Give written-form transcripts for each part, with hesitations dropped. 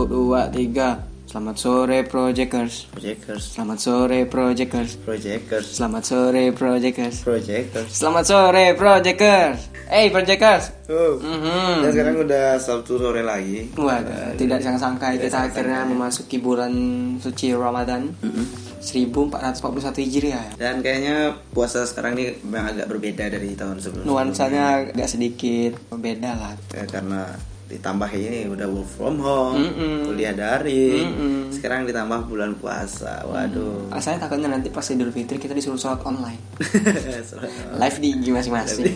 1, 2, 3. Selamat sore Projecters. Selamat sore Projecters. Selamat sore Projecters. Selamat sore Projecters. Projecters. Dan sekarang udah Sabtu sore lagi. Waduh, tidak sangka kita akhirnya memasuki bulan suci Ramadan. 1441 Hijriah. Dan kayaknya puasa sekarang ini memang agak berbeda dari tahun sebelumnya. Nuansanya agak sedikit berbeda lah. Karena ditambah ini udah work from home, kuliah daring. Sekarang ditambah bulan puasa. Waduh. Saya takutnya nanti pas Idul Fitri kita disuruh sholat online. Live di IG masing-masing.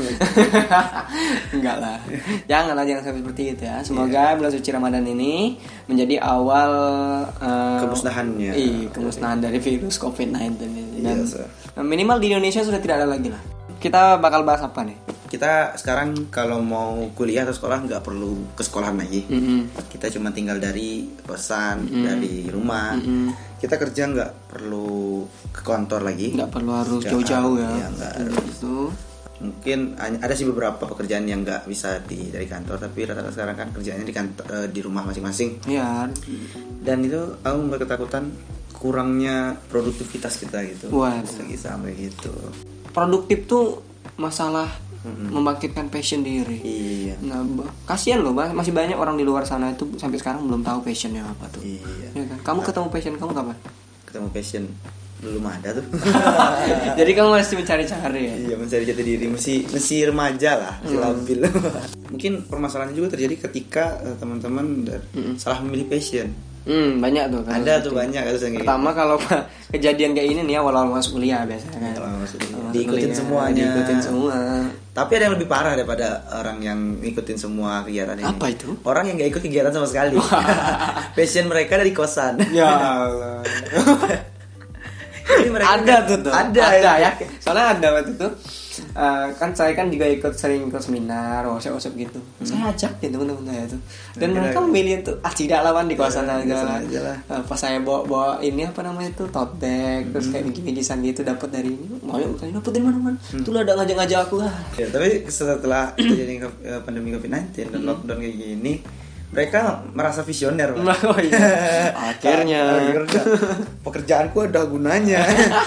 Enggak lah. Jangan sampai seperti itu ya. Semoga bulan suci Ramadan ini menjadi awal kemusnahannya. Kemusnahan dari virus COVID-19 ini. Dan minimal di Indonesia sudah tidak ada lagi lah. Kita bakal bahas apa nih? Kita sekarang kalau mau kuliah atau sekolah nggak perlu ke sekolahan lagi. Kita cuma tinggal dari kosan, dari rumah. Kita kerja nggak perlu ke kantor lagi. Nggak perlu harus jauh-jauh ya. Nggak harus. Itu. Mungkin ada sih beberapa pekerjaan yang nggak bisa dari kantor, tapi rata-rata sekarang kan kerjaannya di rumah masing-masing. Iya. Dan itu aku nggak ketakutan kurangnya produktivitas kita gitu. Lagi sampai gitu. Produktif tuh masalah membangkitkan passion diri. Iya. Nah, kasihan loh, masih banyak orang di luar sana itu sampai sekarang belum tahu passionnya apa tuh. Iya. Ya kan? Kamu ketemu passion kamu kapan? Ketemu passion belum ada tuh. Jadi kamu masih mencari-cari ya? Iya, mencari jati diri, masih remaja lah, masih labil. Mungkin permasalahannya juga terjadi ketika teman-teman salah memilih passion. Banyak tuh kan. Ada tuh banyak kasus yang pertama gitu. Kalau kejadian kayak ini nih awal-awal masuk kuliah biasanya kan. Diikutin semuanya. Diikutin semua. Tapi ada yang lebih parah daripada orang yang ngikutin semua kegiatan ini. Apa itu? Orang yang gak ikut kegiatan sama sekali. Passion mereka dari kosan. Ya Allah. Jadi mereka ada tuh. Ada ya. Soalnya ada waktu itu. Kan saya kan juga sering ikut seminar, workshop gitu. Saya ajak ya teman-teman saya tuh. Dan mereka memilih tuh tidak lawan di kosan aja lah. Pas saya bawa ini apa namanya tuh tote bag, terus kayak bingkisan gitu dapat dari ini. Mau tanya dapat dari mana? Tuh ada ngajak-ngajak aku lah. Ya, tapi setelah terjadi pandemi COVID-19 dan lockdown kayak gini, mereka merasa visioner. Oh iya. Akhirnya pekerjaanku ada gunanya.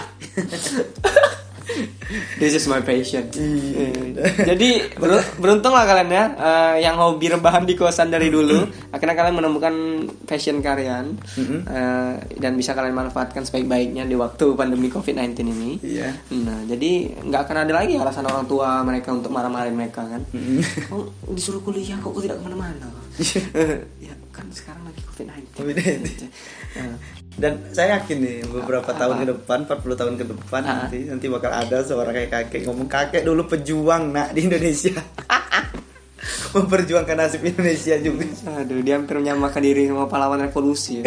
This is my passion. Jadi beruntung lah kalian ya, yang hobi rebahan di kosan dari dulu. Akhirnya kalian menemukan passion kalian, dan bisa kalian manfaatkan sebaik-baiknya di waktu pandemi COVID-19 ini. Iya. Nah, jadi nggak akan ada lagi alasan orang tua mereka untuk marah-marahin mereka kan. Kamu disuruh kuliah kok tidak kemana-mana. Ya kan sekarang lagi COVID-19. Dan saya yakin nih beberapa tahun ke depan, 40 tahun ke depan nanti bakal ada seorang kayak kakek ngomong, kakek dulu pejuang nak di Indonesia. Memperjuangkan nasib Indonesia juga. Aduh, dia hampir menyamakan diri sama pahlawan revolusi ya.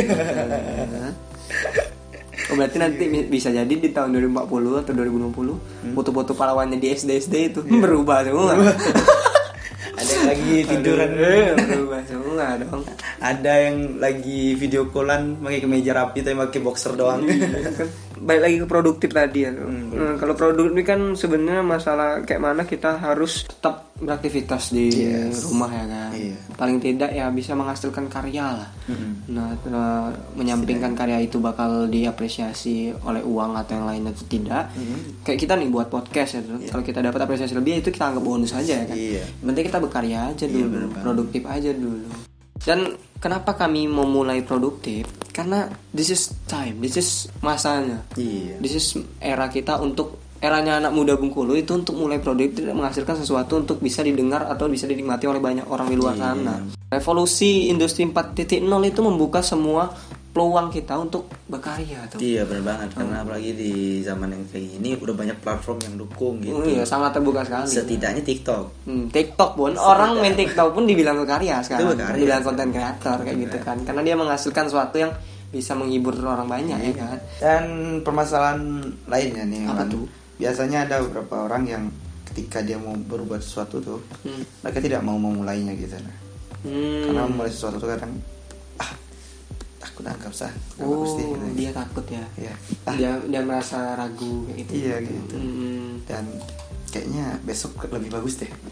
Berarti nanti bisa jadi di tahun 2040 atau 2060 foto-foto pahlawannya di SD itu berubah semua. Ada yang lagi tiduran, berubah semua dong. Ada yang lagi video callan pakai kemeja rapi tapi pakai boxer doang. Baik lagi ke produktif tadi ya. Kalau produktif ini kan sebenarnya masalah kayak mana kita harus tetap beraktivitas di rumah ya kan. Paling tidak ya bisa menghasilkan karya lah. Nah, menyampingkan karya itu bakal diapresiasi oleh uang atau yang lain atau tidak. Kayak kita nih buat podcast ya. Kalau kita dapat apresiasi lebih itu kita anggap bonus aja ya kan. Yang penting kita berkarya aja dulu, produktif aja dulu. Dan kenapa kami mau mulai produktif? Karena this is time, this is masanya. This is era kita eranya anak muda Bengkulu itu untuk mulai produktif dan menghasilkan sesuatu untuk bisa didengar atau bisa dinikmati oleh banyak orang di luar sana. Revolusi industri 4.0 itu membuka semua peluang kita untuk berkarya tuh. Iya benar banget, karena apalagi di zaman yang kayak gini udah banyak platform yang dukung gitu. Iya, sangat terbuka sekali. Setidaknya TikTok. TikTok pun orang main TikTok pun dibilang berkarya sekarang. Dibilang konten kreator kayak gitu kan. Karena dia menghasilkan sesuatu yang bisa menghibur orang banyak ya kan. Dan permasalahan lainnya nih apa kan, tuh? Biasanya ada beberapa orang yang ketika dia mau berbuat sesuatu tuh mereka tidak mau memulainya gitu. Karena memulai sesuatu tuh kadang aku nggak usah. Gitu. Dia takut ya. Dia merasa ragu kayak gitu. Iya gitu. Dan kayaknya besok lebih bagus deh.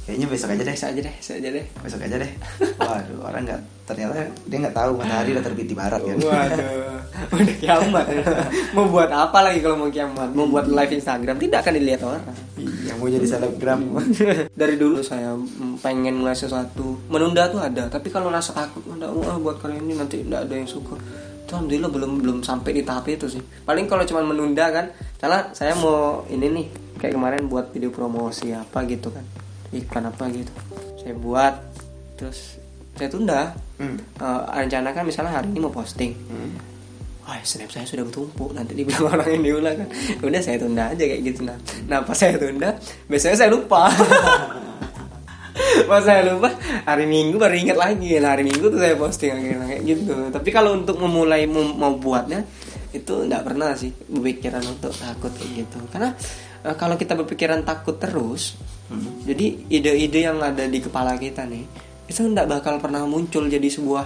Kayaknya besok aja deh. Besok aja deh. Waduh, orang ternyata dia nggak tahu matahari udah terbit di barat kan. Waduh, udah kiamat. Mau buat apa lagi kalau mau kiamat? Mau buat live Instagram tidak akan dilihat orang. Iya, mau jadi selebgram. Dari dulu saya pengen mulai sesuatu, menunda tuh ada, tapi kalau rasa takut buat kali ini nanti tidak ada yang suka. Alhamdulillah belum sampai di tahap itu sih. Paling kalau cuma menunda kan, karena saya mau ini nih, kayak kemarin buat video promosi apa gitu kan, iklan apa gitu, saya buat terus saya tunda. Rencana kan misalnya hari ini mau posting, snap saya sudah bertumpuk, nanti dibilang orang yang diulang kan, udah saya tunda aja kayak gitu. Nah pas saya tunda, biasanya saya lupa. Pas saya lupa, hari Minggu baru ingat lagi. Nah hari Minggu tuh saya posting akhirnya kayak gitu. Tapi kalau untuk memulai mau buatnya itu nggak pernah sih berpikiran untuk takut kayak gitu. Karena kalau kita berpikiran takut terus, jadi ide-ide yang ada di kepala kita nih itu nggak bakal pernah muncul jadi sebuah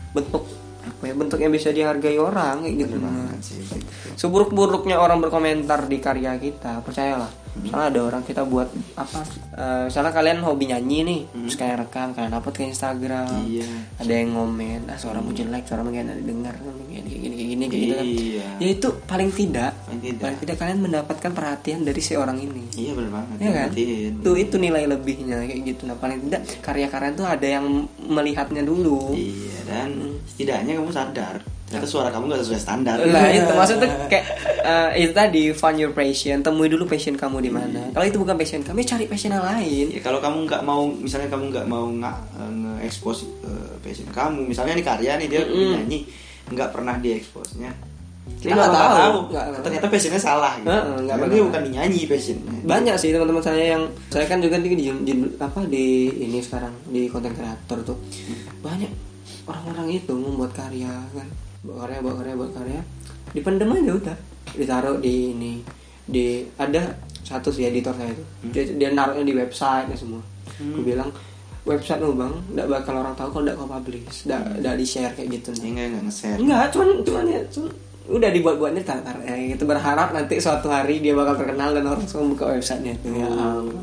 bentuk yang bisa dihargai orang kayak gitu. Seburuk-buruknya orang berkomentar di karya kita, percayalah. Misalnya ada orang kita buat apa, misalnya kalian hobi nyanyi nih, terus kalian rekam, kalian upload ke Instagram, ada yang ngomen, suaramu jelek, suaramu gak enak didengar, gini gitu kan. Ya itu paling tidak kalian mendapatkan perhatian dari si orang ini. Iya benar banget. Ya kan? Itu nilai lebihnya kayak gitu. Nah paling tidak karya-karya itu ada yang melihatnya dulu. Iya, dan setidaknya kamu sadar ternyata suara kamu gak sesuai standar. Nah itu maksudnya kayak itu tadi, find your passion, temui dulu passion kamu di mana. Kalau itu bukan passion kamu, cari passion yang lain. Ya, kalau kamu nggak mau, misalnya kamu nggak mau nge-expose passion kamu, misalnya nih karya nih dia nyanyi, nggak pernah di-expose-nya, kita nggak tahu. Ternyata passionnya salah. Gitu. Dia bukan dinyanyi passionnya. Banyak sih teman-teman saya yang, saya kan juga di ini sekarang di content creator tuh banyak orang-orang itu membuat karya kan. Buat karya dipendem aja udah, ditaruh di ini, ada satu sih editor saya itu, dia naruhnya di website ya semua. Aku bilang website lo bang, nggak bakal orang tahu kalau nggak kau publish, nggak di share kayak gitu. Nggak nge-share. Nggak, cuman udah dibuat-buatnya gitu, berharap nanti suatu hari dia bakal terkenal dan orang semua buka websitenya itu. Ya Allah.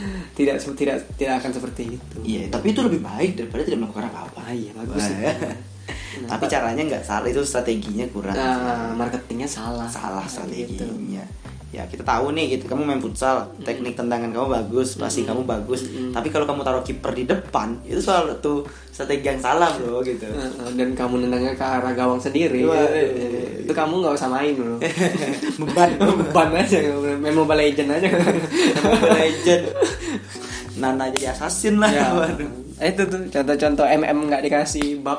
Tidak akan seperti itu. Iya, tapi itu lebih baik daripada tidak melakukan apa-apa. Iya, bagus. Tapi caranya nggak salah, itu strateginya kurang. Marketingnya salah strateginya. Gitu. Ya kita tahu nih, gitu kamu main futsal, teknik tendangan kamu bagus, passing kamu bagus. Tapi kalau kamu taruh kiper di depan, itu suatu strategi yang salah bro, gitu. Dan kamu nendangnya ke arah gawang sendiri, itu kamu nggak usah main bro. beban aja, main Mobile Legend aja. Mobile Legend. Nana jadi assassin lah. Ya, itu tuh contoh-contoh nggak dikasih bab.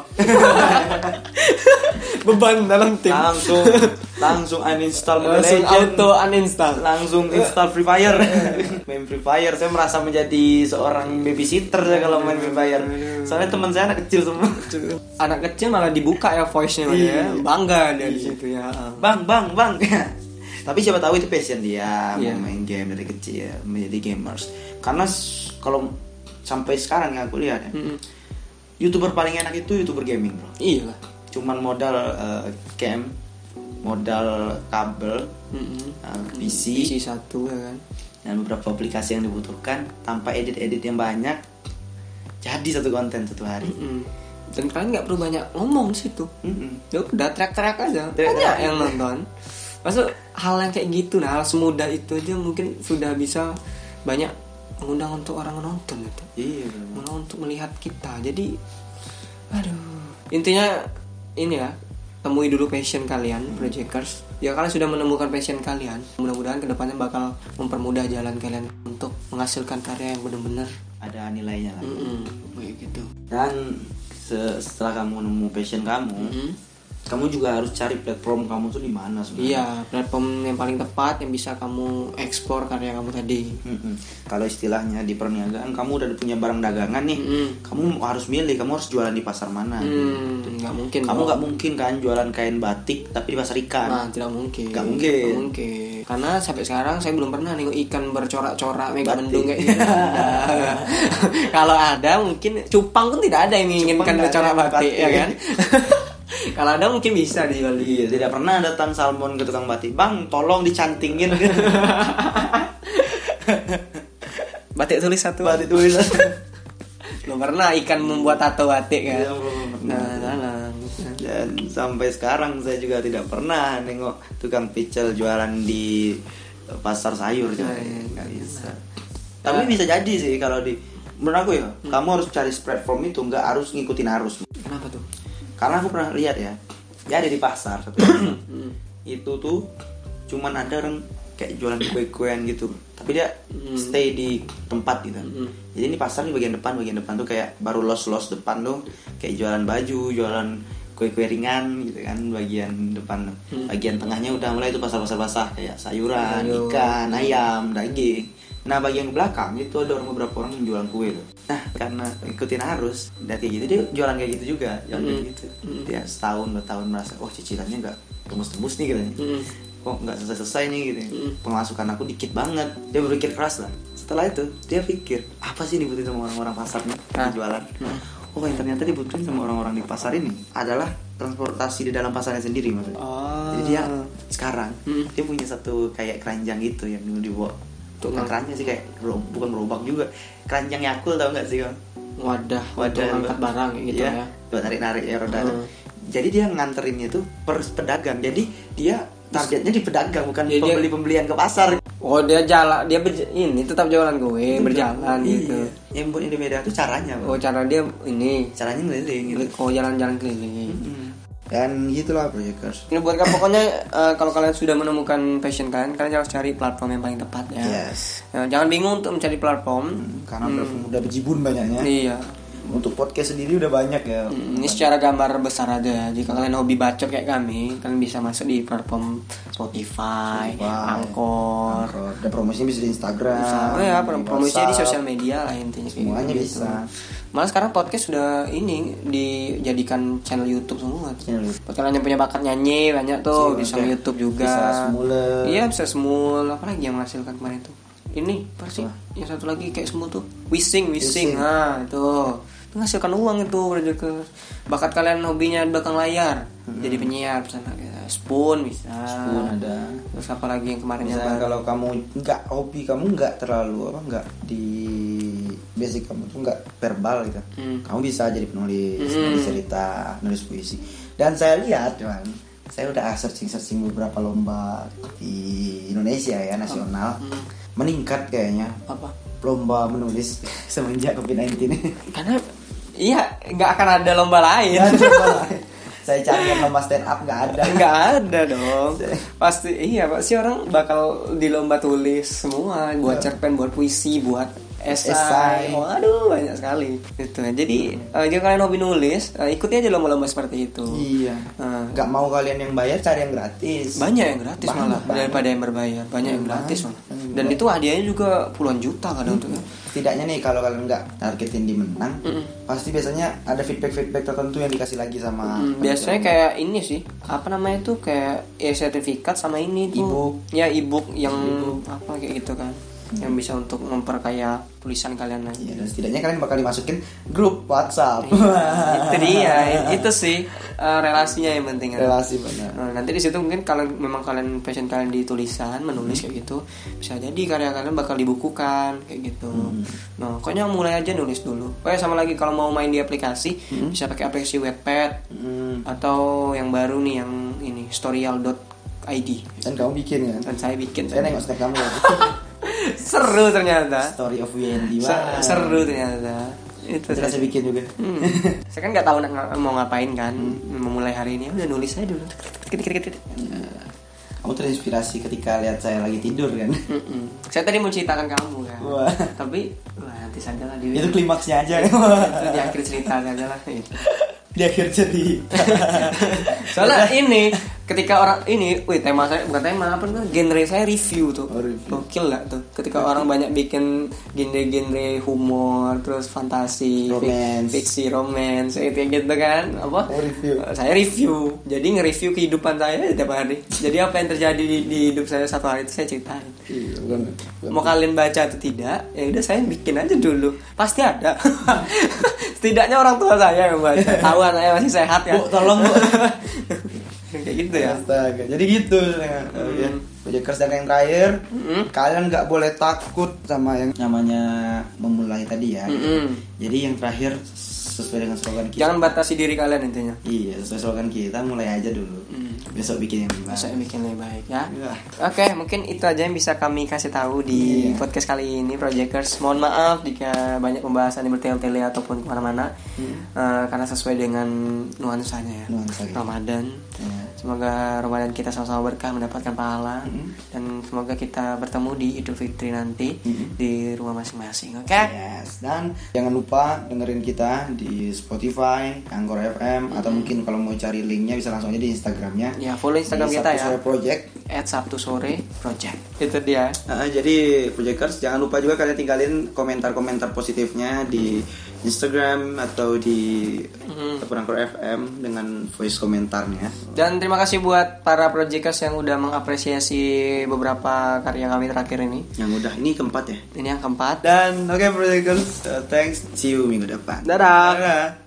Beban dalam tim. Langsung uninstall Mobile Legend. Auto uninstall. Langsung install Free Fire. Main Free Fire, saya merasa menjadi seorang babysitter saya kalau main Free Fire. Soalnya teman saya anak kecil semua. Anak kecil malah dibuka ya voice-nya ya. Bangga dia di situ ya. Bang. Tapi siapa tahu itu passion dia, mau main game dari kecil, menjadi gamers. Karena kalau sampai sekarang yang aku lihat ya, YouTuber paling enak itu YouTuber gaming bro. Iya lah. Cuman modal cam, modal kabel, PC 1 ya kan, dan beberapa aplikasi yang dibutuhkan, tanpa edit yang banyak, jadi satu konten satu hari. Dan kalian nggak perlu banyak ngomong di situ. Ya udah teriak-teriak aja, banyak yang nonton. Maksud hal yang kayak gitu, hal semudah itu aja mungkin sudah bisa banyak mengundang untuk orang menonton itu. Iya. Untuk melihat kita. Jadi, intinya ini ya, temui dulu passion kalian, projecters. Ya kalian sudah menemukan passion kalian, mudah-mudahan kedepannya bakal mempermudah jalan kalian untuk menghasilkan karya yang benar-benar ada nilainya lah. Kayak gitu. Dan setelah kamu nemu passion kamu juga harus cari platform kamu tuh di mana sebenarnya. Iya, platform yang paling tepat yang bisa kamu eksplor karya kamu tadi. Kalau istilahnya di perniagaan, kamu udah punya barang dagangan nih, kamu harus milih, kamu harus jualan di pasar mana. Nggak mungkin. Kamu nggak mungkin kan jualan kain batik tapi di pasar ikan. Nah, tidak mungkin. Nggak mungkin. Karena sampai sekarang saya belum pernah nengok ikan bercorak-corak mega mendung kayak gitu. Kalau ada mungkin cupang pun tidak ada yang menginginkan bercorak batik, ya kan? Kalau ada mungkin bisa dijual. Iya, tidak pernah datang salmon ke tukang batik, bang tolong dicantingin. batik tulis satu. Batik tulis. Belum pernah ikan membuat tato batik kan. Ya, nah. Dan sampai sekarang saya juga tidak pernah nengok tukang pecel jualan di pasar sayur. Nggak bisa. Tapi bisa jadi sih kalau di menurut aku ya, kamu harus cari platform itu, nggak harus ngikutin arus. Kenapa tuh? Karena aku pernah lihat ya, dia ada di pasar itu tuh cuman ada orang kayak jualan kue-kuean gitu, tapi dia stay di tempat gitu. Jadi ini pasar nih bagian depan tuh kayak baru los depan tuh kayak jualan baju, jualan kue-kue ringan gitu kan bagian depan. Bagian tengahnya udah mulai itu pasar-pasar basah kayak sayuran, ikan, ayam, daging. Nah bagian belakang itu ada beberapa orang yang jualan kue tuh. Nah karena ikutin arus, udah kayak gitu dia jualan kayak gitu juga, jualan kayak gitu. Dia setahun 2 tahun merasa, oh cicilannya nggak tembus-tembus nih gitu. Kok nggak selesai nih gitu. Pemasukan aku dikit banget. Dia berpikir keras lah. Setelah itu dia pikir apa sih dibutuhin sama orang-orang pasar nih jualan. Oh yang ternyata dibutuhin sama orang-orang di pasar ini adalah transportasi di dalam pasarnya sendiri maksudnya. Jadi dia sekarang dia punya satu kayak keranjang gitu yang dibawa. Bukan keranjang sih, kayak bukan gerobak juga, keranjang Yakult, tau nggak sih kan? Wadah angkat barang gitu ya. Buat narik ya roda. Jadi dia nganterinnya tuh per pedagang. Jadi dia targetnya di pedagang, bukan pembeli-pembelian ke pasar. Oh dia ini tetap jualan gue berjalan gitu. Yang buat di Medan tuh caranya. Oh cara dia ini. Caranya ngeliling gitu. Oh jalan-jalan keliling. Dan gitulah Projectors. Ini buat pokoknya kalau kalian sudah menemukan passion kalian harus cari platform yang paling tepat ya. Yes. Jangan bingung untuk mencari platform. Karena platform udah bejibun banyaknya. Iya. Untuk podcast sendiri udah banyak ya. Ini secara gambar besar aja. Jika kalian hobi bacot kayak kami, kalian bisa masuk di platform Spotify, Anchor. Dan promosinya bisa di Instagram. Oh ya, promosinya di sosial media lah intinya. Semuanya gitu. bisa. Malah sekarang podcast sudah dijadikan channel YouTube semua. Buat kalian yang punya bakat nyanyi banyak tuh bisa YouTube juga. Bisa semul. Iya bisa semul. Apalagi yang menghasilkan kemarin tuh. Ini pasti yang satu lagi kayak semua tuh Wishing. Nah itu menghasilkan uang itu. Bakat kalian hobinya belakang layar, jadi penyiar sana kayak Spoon bisa. Spoon ada. Terus apa lagi yang kemarin yang kalau kamu nggak hobi, kamu nggak terlalu nggak di basic kamu tuh nggak verbal gitu, kamu bisa jadi penulis, nulis cerita, nulis puisi. Dan saya lihat cuman saya udah searching beberapa lomba di Indonesia ya nasional, meningkat kayaknya. Apa? Lomba menulis semenjak COVID-19. Karena iya nggak akan ada lomba lain. Saya cari yang lomba stand up nggak ada dong. Pasti orang bakal di lomba tulis semua, buat cerpen, buat puisi, buat esai. Waduh banyak sekali gitu. Jadi jika kalian hobi nulis, ikuti aja lomba-lomba seperti itu. Iya. Nggak mau kalian yang bayar, cari yang gratis. Banyak yang gratis malah daripada yang berbayar. Banyak yang gratis malah. Dan itu hadiahnya juga puluhan juta kadang tuh. Setidaknya nih kalau kalian nggak targetin di menang, pasti biasanya ada feedback tertentu yang dikasih lagi sama. Biasanya kayak ini sih, apa namanya tuh kayak sertifikat sama ini tuh. E-book. Ya e-book yang apa kayak gitu kan. Yang bisa untuk memperkaya tulisan kalian lagi. Ya, dan setidaknya kalian bakal dimasukin grup WhatsApp. Itu dia, itu sih relasinya yang penting. Relasi benar. Nanti di situ mungkin kalau memang kalian passion kalian di tulisan, menulis kayak gitu, bisa jadi karya kalian bakal dibukukan kayak gitu. Nah, pokoknya mulai aja nulis dulu. Sama lagi kalau mau main di aplikasi, bisa pakai aplikasi Wattpad atau yang baru nih yang ini storyal.id. Dan kamu bikin kan? Dan saya bikin. Saya nengok snap kamu ya. Seru ternyata. Story of WND. Seru ternyata. Itu saya bikin juga. Saya kan nggak tahu mau ngapain kan. Memulai hari ini udah nulis aja dulu. Kamu terinspirasi ketika lihat saya lagi tidur kan? Saya tadi mau ceritakan kamu kan. Tapi nanti saja lah di. Itu klimaksnya aja. Itu di akhir cerita aja lah itu. Di akhir cerita. Soalnya ini ketika orang ini, tema saya bukan tema apa tuh, genre saya review tuh. Gokil lah tuh. Ketika orang banyak bikin genre-genre humor, terus fantasi, fiksi, romance, itu gitu kan. Apa? Saya review. Jadi nge-review kehidupan saya tiap hari. Jadi apa yang terjadi di hidup saya satu hari itu saya ceritain. Mau kalian baca atau tidak, ya udah saya bikin aja dulu. Pasti ada. Setidaknya orang tua saya yang baca. Tahu saya masih sehat ya. Bu, tolong Bu. Kayak gitu ya. Astaga. Jadi gitu. Projecters, dan yang terakhir, kalian nggak boleh takut sama yang namanya memulai tadi ya. Jadi yang terakhir sesuai dengan slogan kita. Jangan batasi diri kalian intinya. Iya, sesuai slogan kita, mulai aja dulu. Besok bikin yang lebih baik. Besok bikin lebih baik ya. Oke, mungkin itu aja yang bisa kami kasih tahu di podcast kali ini, Projecters. Mohon maaf jika banyak pembahasan yang bertele-tele ataupun kemana-mana, karena sesuai dengan nuansanya ya. Ramadan. Semoga Ramadan kita sama-sama berkah, mendapatkan pahala, dan semoga kita bertemu di Idul Fitri nanti di rumah masing-masing. Oke? Yes. Dan jangan lupa dengerin kita di Spotify, Anchor FM, atau mungkin kalau mau cari linknya bisa langsung aja di Instagramnya. Ya, follow Instagram kita ya. Sabtu Sore Project. @sabtusore_project. Itu dia. Jadi Projecters, jangan lupa juga kalian tinggalin komentar-komentar positifnya di Instagram atau di Anchor FM dengan voice komentarnya. Dan terima kasih buat para Projecters yang udah mengapresiasi beberapa karya kami terakhir ini. Yang udah, ini keempat ya. Ini yang keempat. Dan oke Projectors, thanks. See you minggu depan. Dadah. Dadah.